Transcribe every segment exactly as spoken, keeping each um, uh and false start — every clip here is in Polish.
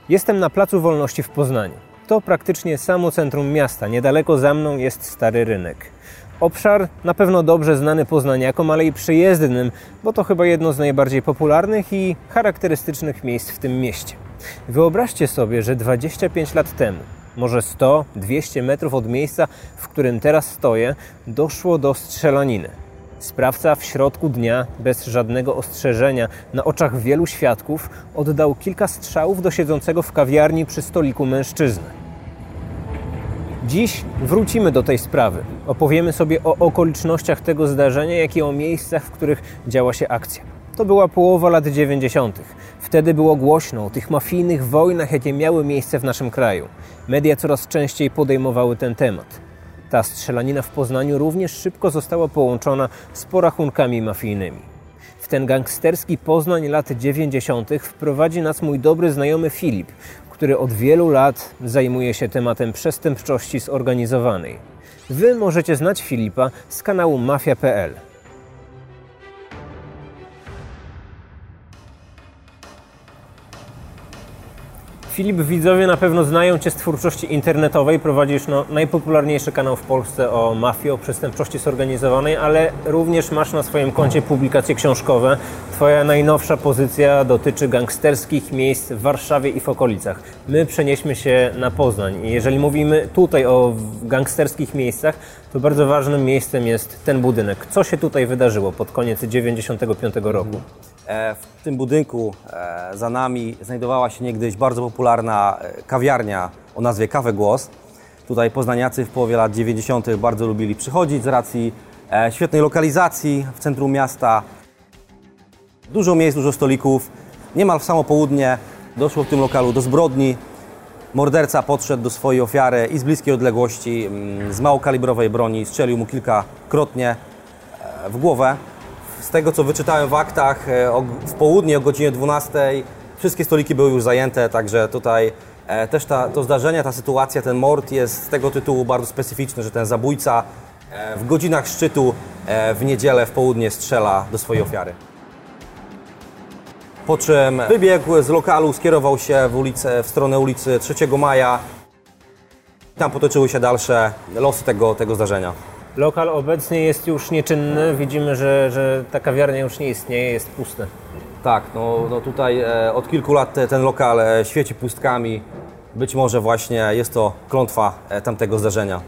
Jestem na Placu Wolności w Poznaniu. To praktycznie samo centrum miasta. Niedaleko za mną jest Stary Rynek. Obszar na pewno dobrze znany poznaniakom, ale i przyjezdnym, bo to chyba jedno z najbardziej popularnych i charakterystycznych miejsc w tym mieście. Wyobraźcie sobie, że dwadzieścia pięć lat temu, może sto dwieście metrów od miejsca, w którym teraz stoję, doszło do strzelaniny. Sprawca w środku dnia, bez żadnego ostrzeżenia, na oczach wielu świadków, oddał kilka strzałów do siedzącego w kawiarni przy stoliku mężczyzny. Dziś wrócimy do tej sprawy. Opowiemy sobie o okolicznościach tego zdarzenia, jak i o miejscach, w których działa się akcja. To była połowa lat dziewięćdziesiątych. Wtedy było głośno o tych mafijnych wojnach, jakie miały miejsce w naszym kraju. Media coraz częściej podejmowały ten temat. Ta strzelanina w Poznaniu również szybko została połączona z porachunkami mafijnymi. W ten gangsterski Poznań lat dziewięćdziesiątych wprowadzi nas mój dobry znajomy Filip, który od wielu lat zajmuje się tematem przestępczości zorganizowanej. Wy możecie znać Filipa z kanału Mafia kropka pe el. Filip, widzowie na pewno znają Cię z twórczości internetowej. Prowadzisz no, najpopularniejszy kanał w Polsce o mafii, o przestępczości zorganizowanej, ale również masz na swoim koncie publikacje książkowe. Twoja najnowsza pozycja dotyczy gangsterskich miejsc w Warszawie i w okolicach. My przenieśmy się na Poznań i jeżeli mówimy tutaj o gangsterskich miejscach, to bardzo ważnym miejscem jest ten budynek. Co się tutaj wydarzyło pod koniec dziewięćdziesiątego piątego roku? W tym budynku za nami znajdowała się niegdyś bardzo popularna kawiarnia o nazwie Kafe Głos. Tutaj poznaniacy w połowie lat dziewięćdziesiątych bardzo lubili przychodzić z racji świetnej lokalizacji w centrum miasta. Dużo miejsc, dużo stolików. Niemal w samo południe doszło w tym lokalu do zbrodni. Morderca podszedł do swojej ofiary i z bliskiej odległości, z małokalibrowej broni, strzelił mu kilkakrotnie w głowę. Z tego, co wyczytałem w aktach, w południe o godzinie dwunastej wszystkie stoliki były już zajęte, także tutaj też ta, to zdarzenie, ta sytuacja, ten mord jest z tego tytułu bardzo specyficzny, że ten zabójca w godzinach szczytu w niedzielę w południe strzela do swojej ofiary. Po czym wybiegł z lokalu, skierował się w, ulicę, w stronę ulicy trzeciego maja. Tam potoczyły się dalsze losy tego, tego zdarzenia. Lokal obecnie jest już nieczynny. Widzimy, że, że ta kawiarnia już nie istnieje, jest pusta. Tak, no, no tutaj e, od kilku lat te, ten lokal e, świeci pustkami. Być może właśnie jest to klątwa e, tamtego zdarzenia.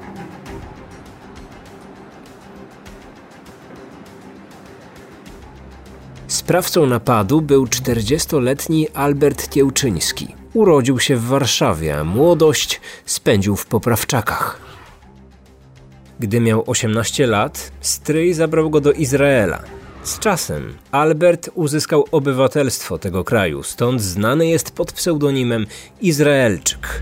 Sprawcą napadu był czterdziestoletni Albert Kiełczyński. Urodził się w Warszawie, a młodość spędził w Poprawczakach. Gdy miał osiemnaście lat, stryj zabrał go do Izraela. Z czasem Albert uzyskał obywatelstwo tego kraju, stąd znany jest pod pseudonimem Izraelczyk.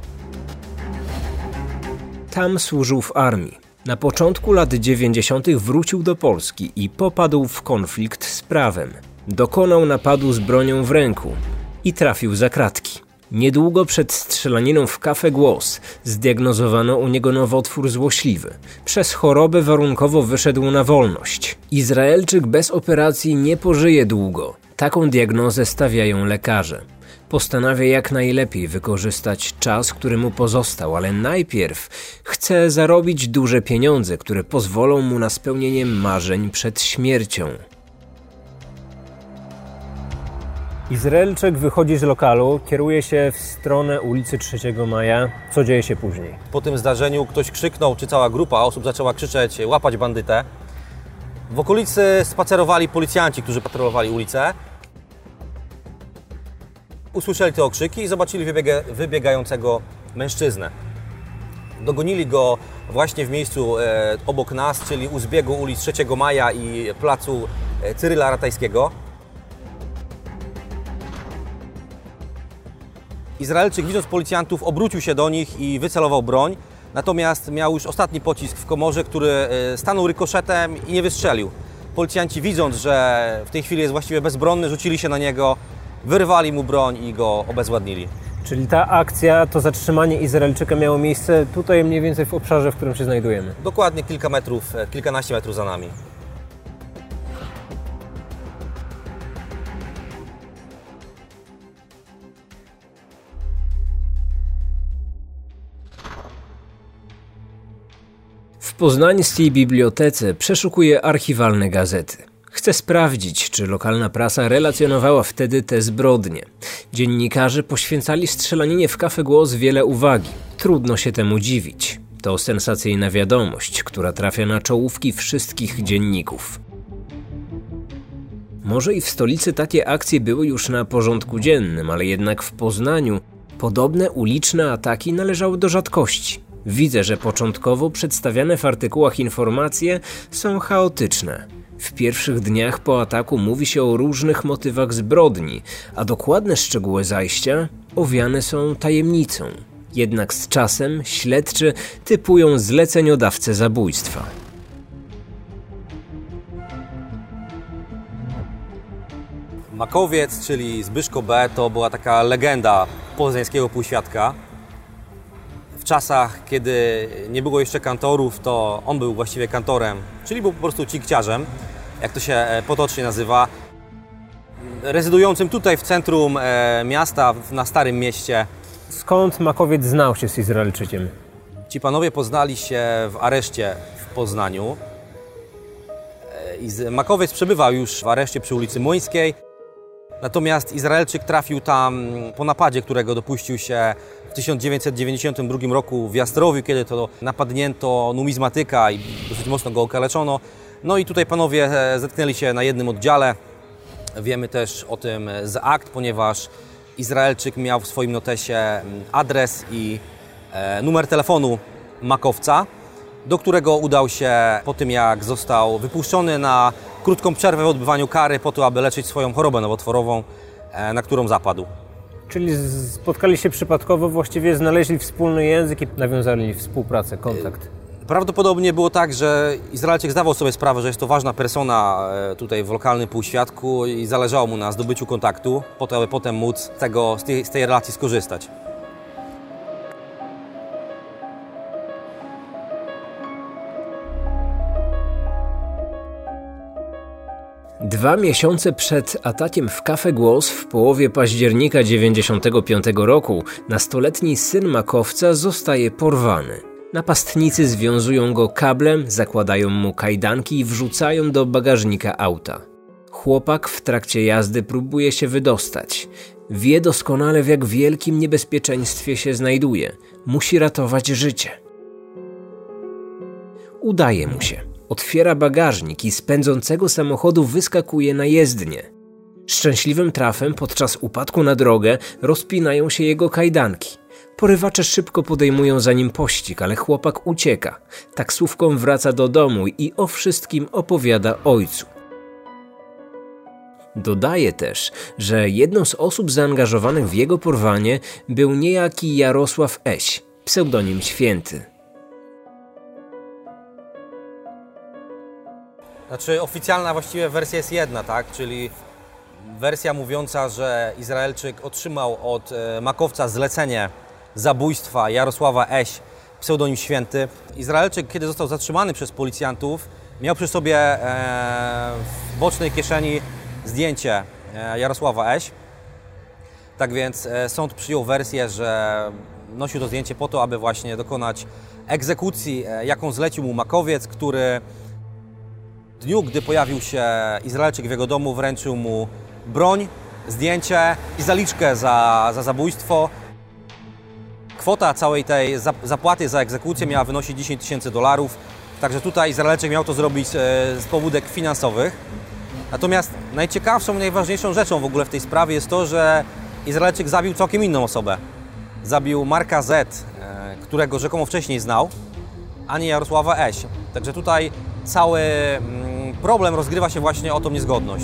Tam służył w armii. Na początku lat dziewięćdziesiątych wrócił do Polski i popadł w konflikt z prawem. Dokonał napadu z bronią w ręku i trafił za kratki. Niedługo przed strzelaniną w Kafe Głos zdiagnozowano u niego nowotwór złośliwy. Przez chorobę warunkowo wyszedł na wolność. Izraelczyk bez operacji nie pożyje długo. Taką diagnozę stawiają lekarze. Postanawia jak najlepiej wykorzystać czas, który mu pozostał, ale najpierw chce zarobić duże pieniądze, które pozwolą mu na spełnienie marzeń przed śmiercią. Izraelczyk wychodzi z lokalu, kieruje się w stronę ulicy trzeciego maja. Co dzieje się później? Po tym zdarzeniu ktoś krzyknął, czy cała grupa osób zaczęła krzyczeć, łapać bandytę. W okolicy spacerowali policjanci, którzy patrolowali ulicę. Usłyszeli te okrzyki i zobaczyli wybiega, wybiegającego mężczyznę. Dogonili go właśnie w miejscu e, obok nas, czyli u zbiegu ulic trzeciego maja i placu e, Cyryla Ratajskiego. Izraelczyk, widząc policjantów, obrócił się do nich i wycelował broń, natomiast miał już ostatni pocisk w komorze, który stanął rykoszetem i nie wystrzelił. Policjanci, widząc, że w tej chwili jest właściwie bezbronny, rzucili się na niego, wyrwali mu broń i go obezwładnili. Czyli ta akcja, to zatrzymanie Izraelczyka miało miejsce tutaj mniej więcej w obszarze, w którym się znajdujemy? Dokładnie kilka metrów, kilkanaście metrów za nami. poznańskiej bibliotece przeszukuję archiwalne gazety. Chcę sprawdzić, czy lokalna prasa relacjonowała wtedy te zbrodnie. Dziennikarze poświęcali strzelaninie w Cafe Głos wiele uwagi. Trudno się temu dziwić. To sensacyjna wiadomość, która trafia na czołówki wszystkich dzienników. Może i w stolicy takie akcje były już na porządku dziennym, ale jednak w Poznaniu podobne uliczne ataki należały do rzadkości. Widzę, że początkowo przedstawiane w artykułach informacje są chaotyczne. W pierwszych dniach po ataku mówi się o różnych motywach zbrodni, a dokładne szczegóły zajścia owiane są tajemnicą. Jednak z czasem śledczy typują zleceniodawcę zabójstwa. Makowiec, czyli Zbyszko B., to była taka legenda poznańskiego półświadka. W czasach, kiedy nie było jeszcze kantorów, to on był właściwie kantorem, czyli był po prostu cikciarzem, jak to się potocznie nazywa, rezydującym tutaj w centrum miasta, na Starym Mieście. Skąd Makowiec znał się z Izraelczykiem? Ci panowie poznali się w areszcie w Poznaniu. Makowiec przebywał już w areszcie przy ulicy Młyńskiej, natomiast Izraelczyk trafił tam po napadzie, którego dopuścił się w tysiąc dziewięćset dziewięćdziesiątym drugim roku w Jastrowiu, kiedy to napadnięto numizmatyka i dosyć mocno go okaleczono. No i tutaj panowie zetknęli się na jednym oddziale. Wiemy też o tym z akt, ponieważ Izraelczyk miał w swoim notesie adres i numer telefonu Makowca, do którego udał się po tym, jak został wypuszczony na krótką przerwę w odbywaniu kary po to, aby leczyć swoją chorobę nowotworową, na którą zapadł. Czyli spotkali się przypadkowo, właściwie znaleźli wspólny język i nawiązali współpracę, kontakt. Prawdopodobnie było tak, że Izraelczyk zdawał sobie sprawę, że jest to ważna persona tutaj w lokalnym półświadku i zależało mu na zdobyciu kontaktu, po to, aby potem móc z, tego, z, tej, z tej relacji skorzystać. Dwa miesiące przed atakiem w Cafe Głos w połowie października dziewięćdziesiątego piątego roku nastoletni syn Makowca zostaje porwany. Napastnicy związują go kablem, zakładają mu kajdanki i wrzucają do bagażnika auta. Chłopak w trakcie jazdy próbuje się wydostać. Wie doskonale, w jak wielkim niebezpieczeństwie się znajduje. Musi ratować życie. Udaje mu się. Otwiera bagażnik i z pędzącego samochodu wyskakuje na jezdnię. Szczęśliwym trafem podczas upadku na drogę rozpinają się jego kajdanki. Porywacze szybko podejmują za nim pościg, ale chłopak ucieka. Taksówką wraca do domu i o wszystkim opowiada ojcu. Dodaje też, że jedną z osób zaangażowanych w jego porwanie był niejaki Jarosław Eś, pseudonim Święty. Znaczy oficjalna właściwie wersja jest jedna, tak? Czyli wersja mówiąca, że Izraelczyk otrzymał od Makowca zlecenie zabójstwa Jarosława Eś, pseudonim Święty. Izraelczyk, kiedy został zatrzymany przez policjantów, miał przy sobie w bocznej kieszeni zdjęcie Jarosława Eś. Tak więc sąd przyjął wersję, że nosił to zdjęcie po to, aby właśnie dokonać egzekucji, jaką zlecił mu Makowiec, który w dniu, gdy pojawił się Izraelczyk w jego domu, wręczył mu broń, zdjęcie i zaliczkę za, za zabójstwo. Kwota całej tej zapłaty za egzekucję miała wynosić dziesięć tysięcy dolarów, także tutaj Izraelczyk miał to zrobić z pobudek finansowych. Natomiast najciekawszą i najważniejszą rzeczą w ogóle w tej sprawie jest to, że Izraelczyk zabił całkiem inną osobę. Zabił Marka Z., którego rzekomo wcześniej znał, a nie Jarosława Eś. Także tutaj cały problem rozgrywa się właśnie o tą niezgodność.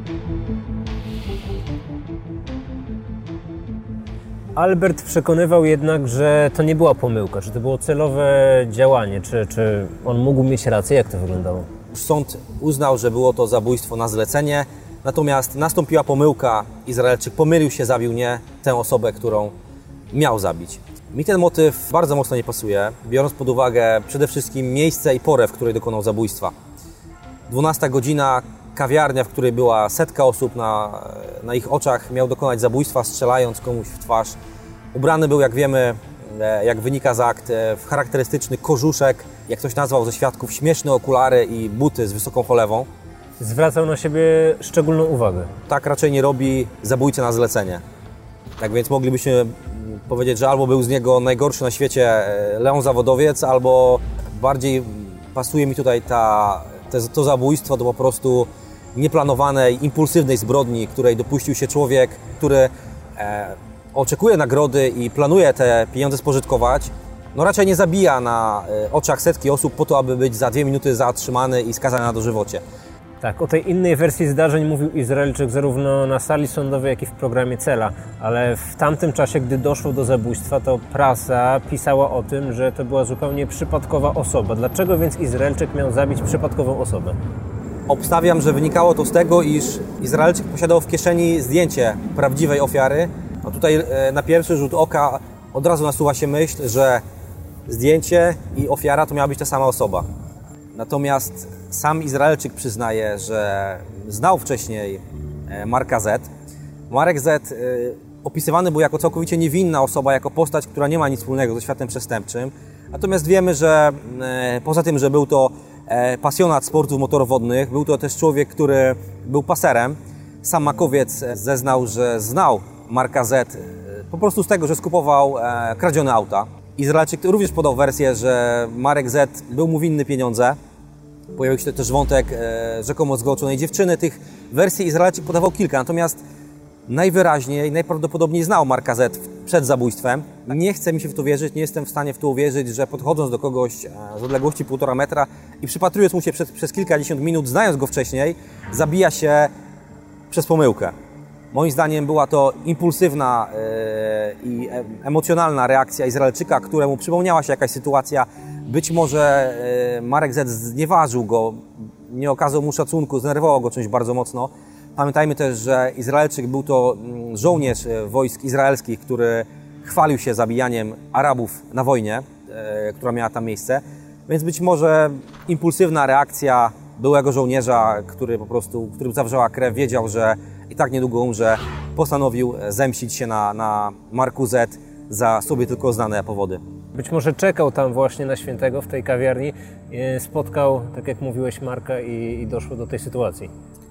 Albert przekonywał jednak, że to nie była pomyłka, że to było celowe działanie. Czy, czy on mógł mieć rację? Jak to wyglądało? Sąd uznał, że było to zabójstwo na zlecenie, natomiast nastąpiła pomyłka. Izraelczyk pomylił się, zabił nie tę osobę, którą miał zabić. Mi ten motyw bardzo mocno nie pasuje, biorąc pod uwagę przede wszystkim miejsce i porę, w której dokonał zabójstwa. dwunasta godzina, kawiarnia, w której była setka osób, na, na ich oczach miał dokonać zabójstwa, strzelając komuś w twarz. Ubrany był, jak wiemy, jak wynika z akt, w charakterystyczny kożuszek, jak ktoś nazwał ze świadków, śmieszne okulary i buty z wysoką cholewą. Zwracał na siebie szczególną uwagę. Tak raczej nie robi zabójca na zlecenie. Tak więc moglibyśmy powiedzieć, że albo był z niego najgorszy na świecie Leon Zawodowiec, albo bardziej pasuje mi tutaj ta, te, to zabójstwo do po prostu nieplanowanej, impulsywnej zbrodni, której dopuścił się człowiek, który e, oczekuje nagrody i planuje te pieniądze spożytkować. No raczej nie zabija na e, oczach setki osób po to, aby być za dwie minuty zatrzymany i skazany na dożywocie. Tak, o tej innej wersji zdarzeń mówił Izraelczyk zarówno na sali sądowej, jak i w programie Cela, ale w tamtym czasie, gdy doszło do zabójstwa, to prasa pisała o tym, że to była zupełnie przypadkowa osoba. Dlaczego więc Izraelczyk miał zabić przypadkową osobę? Obstawiam, że wynikało to z tego, iż Izraelczyk posiadał w kieszeni zdjęcie prawdziwej ofiary. No tutaj na pierwszy rzut oka od razu nasuwa się myśl, że zdjęcie i ofiara to miała być ta sama osoba. Natomiast sam Izraelczyk przyznaje, że znał wcześniej Marka Z. Marek Z opisywany był jako całkowicie niewinna osoba, jako postać, która nie ma nic wspólnego ze światem przestępczym. Natomiast wiemy, że poza tym, że był to pasjonat sportów motorowodnych, był to też człowiek, który był paserem. Sam Makowiec zeznał, że znał Marka Z po prostu z tego, że skupował kradzione auta. Izraelczyk również podał wersję, że Marek Z był mu winny pieniądze. Pojawił się też wątek rzekomo zgwałconej dziewczyny. Tych wersji Izraelczyk podawał kilka, natomiast najwyraźniej, najprawdopodobniej znał Marka Z przed zabójstwem. Nie chce mi się w to wierzyć, nie jestem w stanie w to uwierzyć, że podchodząc do kogoś z odległości półtora metra i przypatrując mu się przez, przez kilkadziesiąt minut, znając go wcześniej, zabija się przez pomyłkę. Moim zdaniem była to impulsywna yy, i emocjonalna reakcja Izraelczyka, któremu przypomniała się jakaś sytuacja. Być może yy, Marek Z znieważył go, nie okazał mu szacunku, zdenerwował go czymś bardzo mocno. Pamiętajmy też, że Izraelczyk był to żołnierz wojsk izraelskich, który chwalił się zabijaniem Arabów na wojnie, yy, która miała tam miejsce. Więc być może impulsywna reakcja byłego żołnierza, który po prostu, którym zawrzała krew, wiedział, że i tak niedługo umrze, postanowił zemścić się na, na Marku Z za sobie tylko znane powody. Być może czekał tam właśnie na Świętego w tej kawiarni, spotkał, tak jak mówiłeś, Marka i, i doszło do tej sytuacji.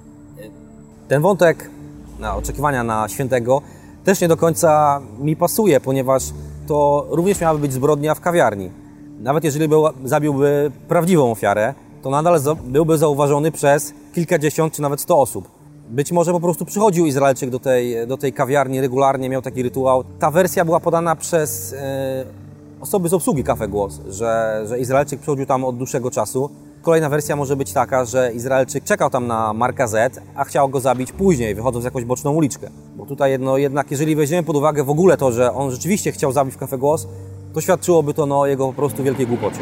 Ten wątek na oczekiwania na Świętego też nie do końca mi pasuje, ponieważ to również miałaby być zbrodnia w kawiarni. Nawet jeżeli był, zabiłby prawdziwą ofiarę, to nadal za, byłby zauważony przez kilkadziesiąt czy nawet sto osób. Być może po prostu przychodził Izraelczyk do tej, do tej kawiarni regularnie, miał taki rytuał. Ta wersja była podana przez e, osoby z obsługi Cafe Głos, że, że Izraelczyk przychodził tam od dłuższego czasu. Kolejna wersja może być taka, że Izraelczyk czekał tam na Marka Z, a chciał go zabić później, wychodząc w jakąś boczną uliczkę. Bo tutaj no, jednak, jeżeli weźmiemy pod uwagę w ogóle to, że on rzeczywiście chciał zabić w Cafe Głos, to świadczyłoby to no, o jego po prostu wielkiej głupocie.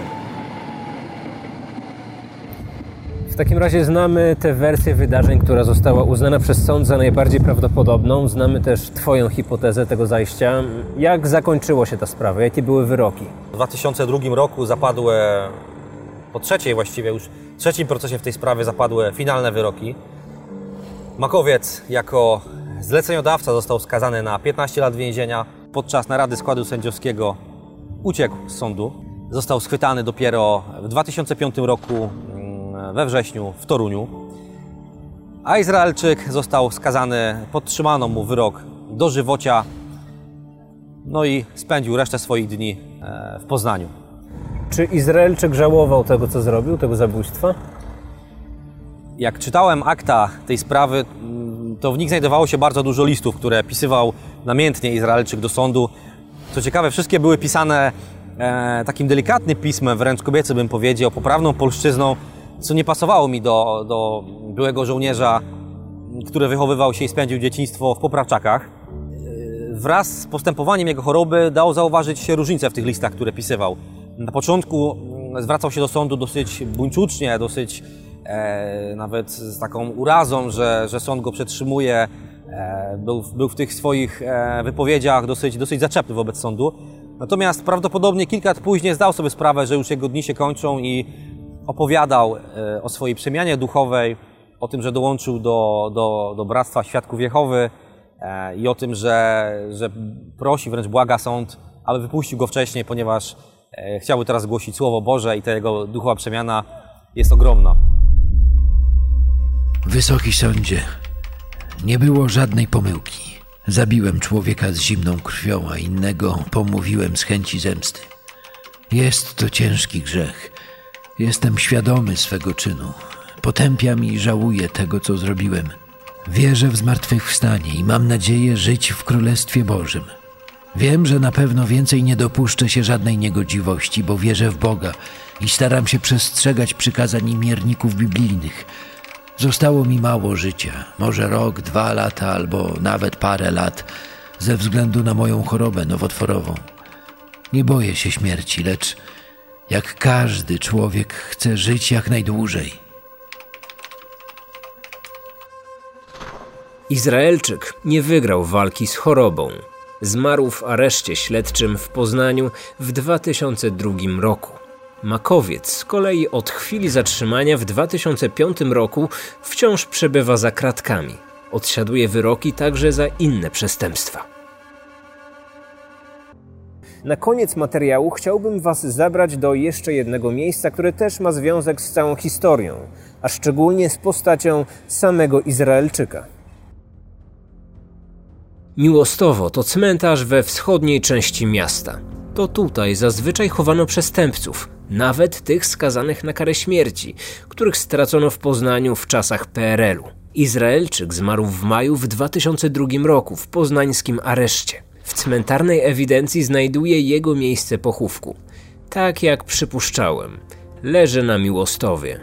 W takim razie znamy tę wersję wydarzeń, która została uznana przez sąd za najbardziej prawdopodobną. Znamy też Twoją hipotezę tego zajścia. Jak zakończyło się ta sprawa? Jakie były wyroki? W dwa tysiące drugim roku zapadły, po trzeciej właściwie już, w trzecim procesie w tej sprawie zapadły finalne wyroki. Makowiec jako zleceniodawca został skazany na piętnaście lat więzienia. Podczas narady składu sędziowskiego uciekł z sądu. Został schwytany dopiero w dwa tysiące piątym roku we wrześniu w Toruniu, a Izraelczyk został skazany, podtrzymano mu wyrok dożywocia, no i spędził resztę swoich dni w Poznaniu. Czy Izraelczyk żałował tego, co zrobił, tego zabójstwa? Jak czytałem akta tej sprawy, to w nich znajdowało się bardzo dużo listów, które pisywał namiętnie Izraelczyk do sądu. Co ciekawe, wszystkie były pisane e, takim delikatnym pismem, wręcz kobiecym bym powiedział, poprawną polszczyzną, co nie pasowało mi do, do byłego żołnierza, który wychowywał się i spędził dzieciństwo w Poprawczakach. Wraz z postępowaniem jego choroby dało zauważyć się różnice w tych listach, które pisywał. Na początku zwracał się do sądu dosyć buńczucznie, dosyć e, nawet z taką urazą, że, że sąd go przetrzymuje. E, był, był w tych swoich e, wypowiedziach dosyć, dosyć zaczepny wobec sądu. Natomiast prawdopodobnie kilka lat później zdał sobie sprawę, że już jego dni się kończą i opowiadał o swojej przemianie duchowej, o tym, że dołączył do, do, do Bractwa Świadków Jehowy i o tym, że, że prosi, wręcz błaga sąd, aby wypuścił go wcześniej, ponieważ chciałby teraz głosić Słowo Boże i ta jego duchowa przemiana jest ogromna. Wysoki sądzie, nie było żadnej pomyłki. Zabiłem człowieka z zimną krwią, a innego pomówiłem z chęci zemsty. Jest to ciężki grzech. Jestem świadomy swego czynu. Potępiam i żałuję tego, co zrobiłem. Wierzę w zmartwychwstanie i mam nadzieję żyć w Królestwie Bożym. Wiem, że na pewno więcej nie dopuszczę się żadnej niegodziwości, bo wierzę w Boga i staram się przestrzegać przykazań i mierników biblijnych. Zostało mi mało życia, może rok, dwa lata albo nawet parę lat, ze względu na moją chorobę nowotworową. Nie boję się śmierci, lecz jak każdy człowiek chcę żyć jak najdłużej. Izraelczyk nie wygrał walki z chorobą. Zmarł w areszcie śledczym w Poznaniu w dwa tysiące drugim roku. Makowiec z kolei od chwili zatrzymania w dwa tysiące piątym roku wciąż przebywa za kratkami. Odsiaduje wyroki także za inne przestępstwa. Na koniec materiału chciałbym Was zabrać do jeszcze jednego miejsca, które też ma związek z całą historią, a szczególnie z postacią samego Izraelczyka. Miłostowo to cmentarz we wschodniej części miasta. To tutaj zazwyczaj chowano przestępców, nawet tych skazanych na karę śmierci, których stracono w Poznaniu w czasach P R L u. Izraelczyk zmarł w maju w dwa tysiące drugim roku w poznańskim areszcie. W cmentarnej ewidencji znajduje jego miejsce pochówku. Tak jak przypuszczałem, leży na Miłostowie.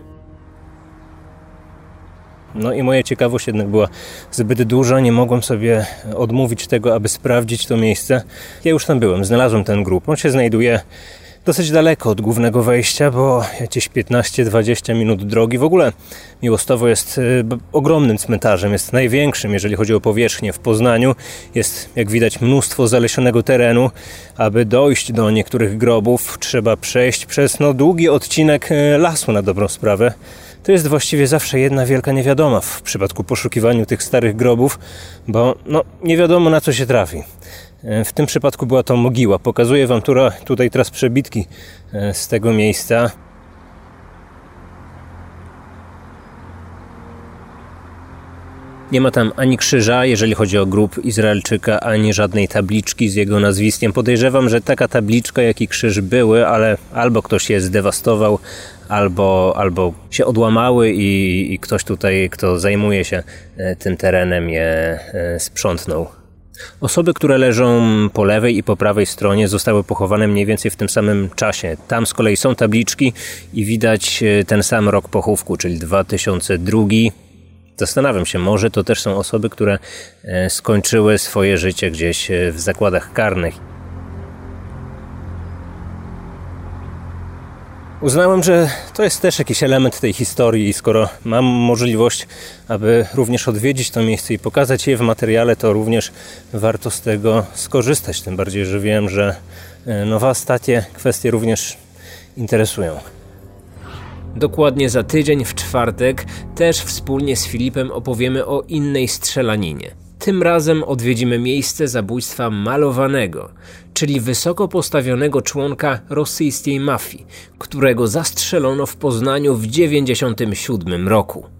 No i moja ciekawość jednak była zbyt duża, nie mogłem sobie odmówić tego, aby sprawdzić to miejsce. Ja już tam byłem, znalazłem ten grób. On się znajduje dosyć daleko od głównego wejścia, bo jakieś piętnaście dwadzieścia minut drogi. W ogóle Miłostowo jest ogromnym cmentarzem, jest największym, jeżeli chodzi o powierzchnię w Poznaniu. Jest, jak widać, mnóstwo zalesionego terenu. Aby dojść do niektórych grobów, trzeba przejść przez no, długi odcinek lasu na dobrą sprawę. To jest właściwie zawsze jedna wielka niewiadoma w przypadku poszukiwania tych starych grobów, bo no, nie wiadomo, na co się trafi. W tym przypadku była to mogiła. Pokazuję Wam tutaj teraz przebitki z tego miejsca. Nie ma tam ani krzyża, jeżeli chodzi o grób Izraelczyka, ani żadnej tabliczki z jego nazwiskiem. Podejrzewam, że taka tabliczka, jak i krzyż były, ale albo ktoś je zdewastował, albo, albo się odłamały i, i ktoś tutaj, kto zajmuje się tym terenem, je sprzątnął. Osoby, które leżą po lewej i po prawej stronie, zostały pochowane mniej więcej w tym samym czasie. Tam z kolei są tabliczki i widać ten sam rok pochówku, czyli dwa tysiące drugi. Zastanawiam się, może to też są osoby, które skończyły swoje życie gdzieś w zakładach karnych. Uznałem, że to jest też jakiś element tej historii i skoro mam możliwość, aby również odwiedzić to miejsce i pokazać je w materiale, to również warto z tego skorzystać. Tym bardziej, że wiem, że no Was takie kwestie również interesują. Dokładnie za tydzień w czwartek też wspólnie z Filipem opowiemy o innej strzelaninie. Tym razem odwiedzimy miejsce zabójstwa Malowanego, czyli wysoko postawionego członka rosyjskiej mafii, którego zastrzelono w Poznaniu w dziewięćdziesiątym siódmym roku.